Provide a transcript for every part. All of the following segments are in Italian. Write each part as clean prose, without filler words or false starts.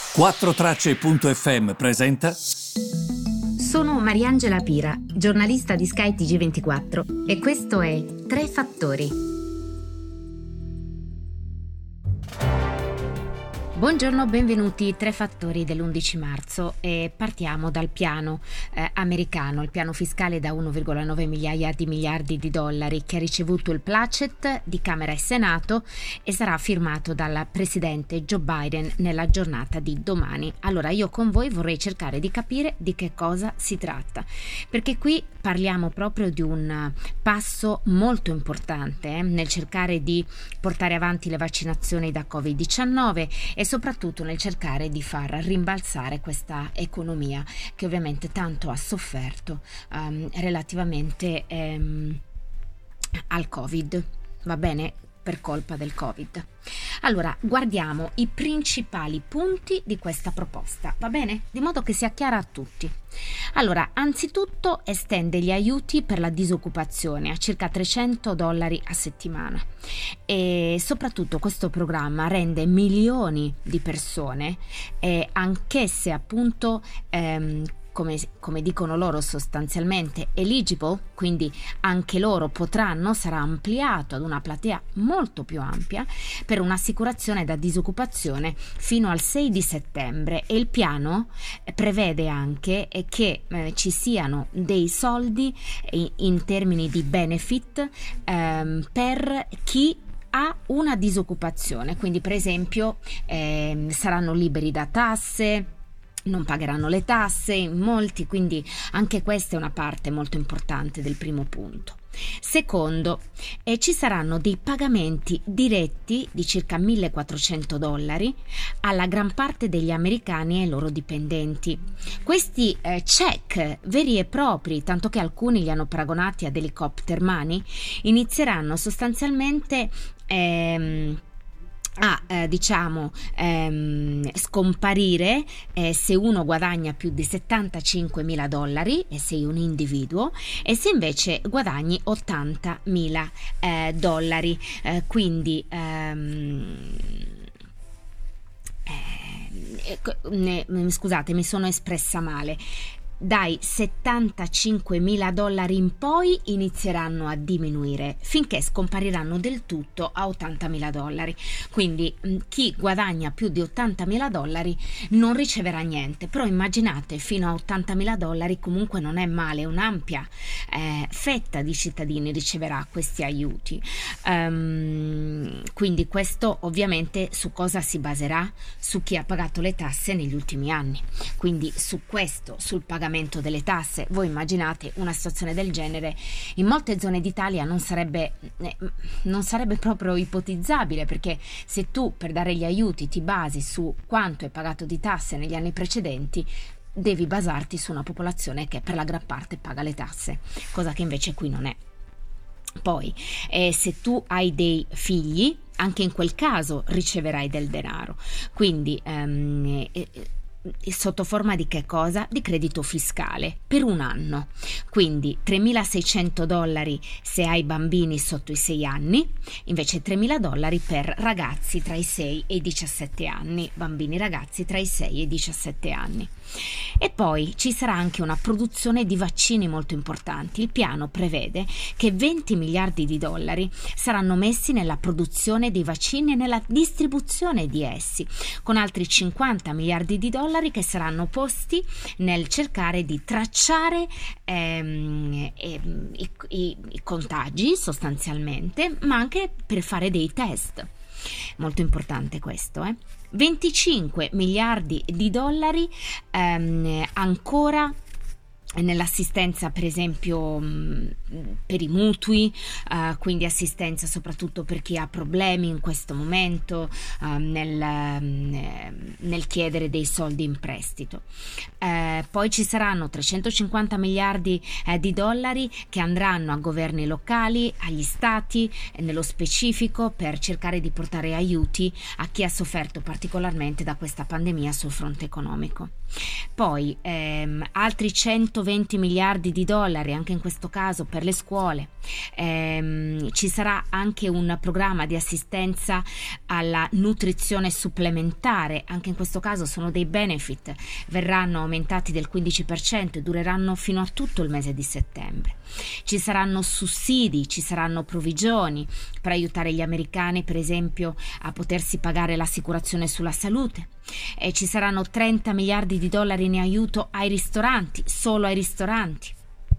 4Tracce.fm presenta. Sono Mariangela Pira, giornalista di Sky TG24 e questo è Tre Fattori. Buongiorno, benvenuti. Tre fattori dell'11 marzo e partiamo dal piano americano, il piano fiscale da 1,9 migliaia di miliardi di dollari che ha ricevuto il placet di Camera e Senato e sarà firmato dal presidente Joe Biden nella giornata di domani. Allora io con voi vorrei cercare di capire di che cosa si tratta, perché qui parliamo proprio di un passo molto importante nel cercare di portare avanti le vaccinazioni da Covid-19 e soprattutto nel cercare di far rimbalzare questa economia che ovviamente tanto ha sofferto relativamente al Covid, va bene? Per colpa del Covid. Allora, guardiamo i principali punti di questa proposta, va bene? Di modo che sia chiara a tutti. Allora, anzitutto estende gli aiuti per la disoccupazione a circa $300 a settimana e soprattutto questo programma rende milioni di persone, anch'esse appunto come dicono loro sostanzialmente eligible, quindi anche loro sarà ampliato ad una platea molto più ampia per un'assicurazione da disoccupazione fino al 6 di settembre e il piano prevede anche che ci siano dei soldi in termini di benefit per chi ha una disoccupazione, quindi per esempio saranno liberi da tasse, non pagheranno le tasse in molti, quindi anche questa è una parte molto importante del primo punto. Secondo, ci saranno dei pagamenti diretti di circa $1.400 alla gran parte degli americani e ai loro dipendenti. Questi check veri e propri, tanto che alcuni li hanno paragonati ad helicopter money, inizieranno sostanzialmente scomparire se uno guadagna più di $75.000 e sei un individuo e se invece guadagni $80.000 quindi scusate, mi sono espressa male. Dai $75.000 in poi inizieranno a diminuire finché scompariranno del tutto a $80.000. Quindi chi guadagna più di $80.000 non riceverà niente, però immaginate, fino a $80.000 comunque non è male, un'ampia fetta di cittadini riceverà questi aiuti. Quindi questo ovviamente su cosa si baserà? Su chi ha pagato le tasse negli ultimi anni, quindi su questo, sul pagamento delle tasse. Voi immaginate una situazione del genere in molte zone d'Italia non sarebbe proprio ipotizzabile, perché se tu per dare gli aiuti ti basi su quanto hai pagato di tasse negli anni precedenti, devi basarti su una popolazione che per la gran parte paga le tasse, cosa che invece qui non è. Poi se tu hai dei figli, anche in quel caso riceverai del denaro, quindi sotto forma di che cosa? Di credito fiscale per un anno, quindi $3.600 se hai bambini sotto i 6 anni, invece $3.000 per ragazzi tra i 6 e i 17 anni, bambini ragazzi tra i 6 e i 17 anni. E poi ci sarà anche una produzione di vaccini molto importanti. Il piano prevede che $20 miliardi saranno messi nella produzione dei vaccini e nella distribuzione di essi, con altri $50 miliardi che saranno posti nel cercare di tracciare i contagi sostanzialmente, ma anche per fare dei test. Molto importante questo, 25 miliardi di dollari ancora nell'assistenza, per esempio per i mutui, quindi assistenza soprattutto per chi ha problemi in questo momento nel chiedere dei soldi in prestito. Poi ci saranno $350 miliardi di dollari che andranno a governi locali, agli stati, nello specifico per cercare di portare aiuti a chi ha sofferto particolarmente da questa pandemia sul fronte economico. Poi altri $120 miliardi di dollari, anche in questo caso per le scuole. Ci sarà anche un programma di assistenza alla nutrizione supplementare, anche in questo caso sono dei benefit, verranno aumentati del 15% e dureranno fino a tutto il mese di settembre. Ci saranno sussidi, ci saranno provvigioni per aiutare gli americani, per esempio, a potersi pagare l'assicurazione sulla salute, e ci saranno 30 miliardi di dollari in aiuto ai ristoranti, solo ai ristoranti.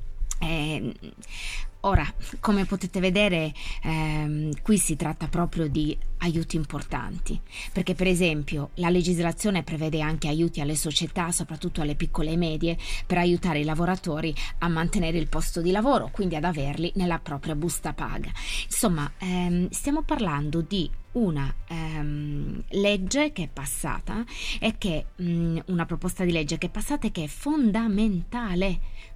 Ora, come potete vedere, qui si tratta proprio di aiuti importanti, perché per esempio la legislazione prevede anche aiuti alle società, soprattutto alle piccole e medie, per aiutare i lavoratori a mantenere il posto di lavoro, quindi ad averli nella propria busta paga. Insomma, stiamo parlando di una legge che è passata e che una proposta di legge che è passata e che è fondamentale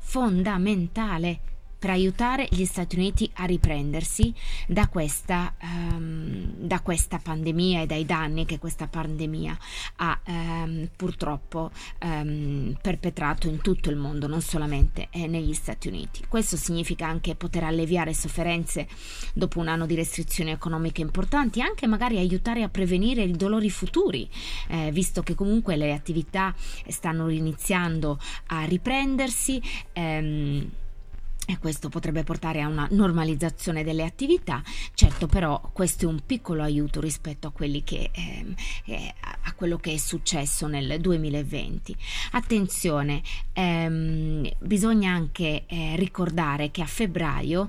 per aiutare gli Stati Uniti a riprendersi da questa pandemia e dai danni che questa pandemia ha purtroppo perpetrato in tutto il mondo, non solamente negli Stati Uniti. Questo significa anche poter alleviare sofferenze dopo un anno di restrizioni economiche importanti, anche magari aiutare a prevenire i dolori futuri, visto che comunque le attività stanno iniziando a riprendersi. E questo potrebbe portare a una normalizzazione delle attività. Certo, però questo è un piccolo aiuto rispetto a quello che è successo nel 2020. Attenzione, bisogna anche ricordare che a febbraio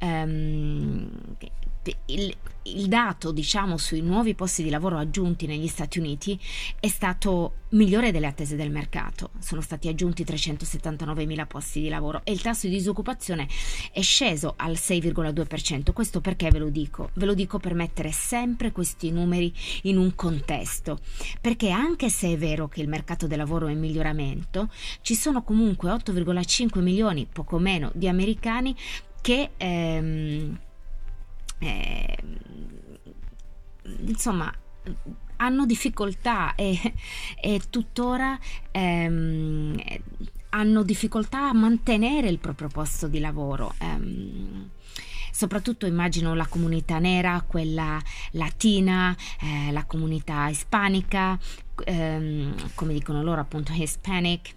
il dato, diciamo, sui nuovi posti di lavoro aggiunti negli Stati Uniti è stato migliore delle attese del mercato. Sono stati aggiunti 379.000 posti di lavoro e il tasso di disoccupazione è sceso al 6,2%. Questo perché ve lo dico? Ve lo dico per mettere sempre questi numeri in un contesto, perché anche se è vero che il mercato del lavoro è in miglioramento, ci sono comunque 8,5 milioni, poco meno, di americani che insomma hanno difficoltà e tuttora hanno difficoltà a mantenere il proprio posto di lavoro. Soprattutto immagino la comunità nera, quella latina, la comunità ispanica, come dicono loro appunto Hispanic.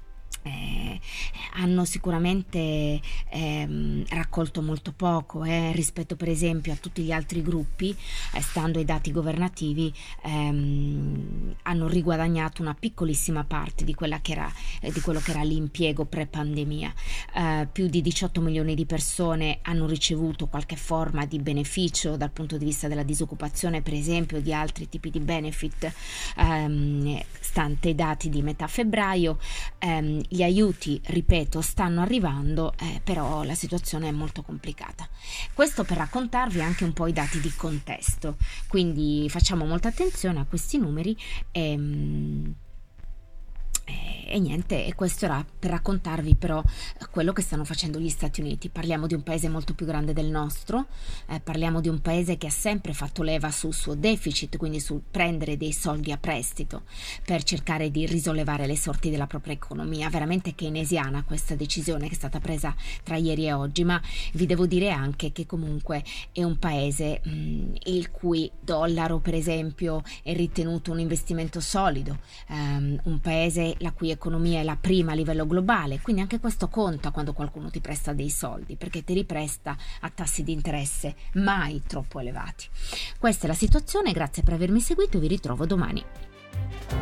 Hanno sicuramente raccolto molto poco rispetto per esempio a tutti gli altri gruppi. Stando ai dati governativi, hanno riguadagnato una piccolissima parte di quello che era l'impiego pre-pandemia. Più di 18 milioni di persone hanno ricevuto qualche forma di beneficio dal punto di vista della disoccupazione, per esempio, di altri tipi di benefit, stante i dati di metà febbraio. Gli aiuti, ripeto, stanno arrivando, però la situazione è molto complicata. Questo per raccontarvi anche un po' i dati di contesto, quindi facciamo molta attenzione a questi numeri e niente, e questo era per raccontarvi però quello che stanno facendo gli Stati Uniti. Parliamo di un paese molto più grande del nostro, parliamo di un paese che ha sempre fatto leva sul suo deficit, quindi sul prendere dei soldi a prestito per cercare di risollevare le sorti della propria economia. Veramente keynesiana questa decisione che è stata presa tra ieri e oggi, ma vi devo dire anche che comunque è un paese il cui dollaro, per esempio, è ritenuto un investimento solido, un paese la cui economia è la prima a livello globale, quindi anche questo conta quando qualcuno ti presta dei soldi, perché ti ripresta a tassi di interesse mai troppo elevati. Questa è la situazione, grazie per avermi seguito e vi ritrovo domani.